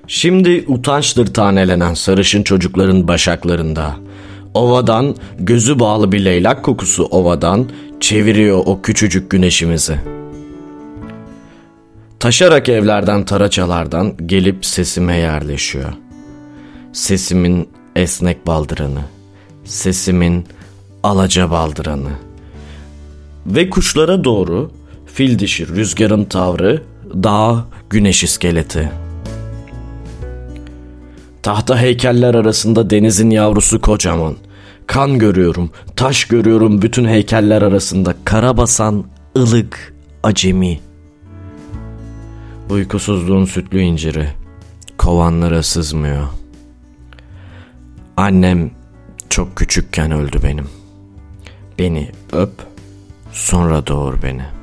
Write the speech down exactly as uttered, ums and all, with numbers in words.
Şimdi utançtır tanelenen sarışın çocukların başaklarında. Ovadan, gözü bağlı bir leylak kokusu ovadan çeviriyor o küçücük güneşimizi. Taşarak evlerden, taraçalardan gelip sesime yerleşiyor. Sesimin esnek baldıranı, sesimin alaca baldıranı. Ve kuşlara doğru fil dişi rüzgarın tavrı, dağ güneş iskeleti. Tahta heykeller arasında denizin yavrusu kocaman. Kan görüyorum, taş görüyorum bütün heykeller arasında. Karabasan, ılık, acemi. Uykusuzluğun sütlü inciri kovanlara sızmıyor. Annem çok küçükken öldü benim. Beni öp, sonra doğur beni.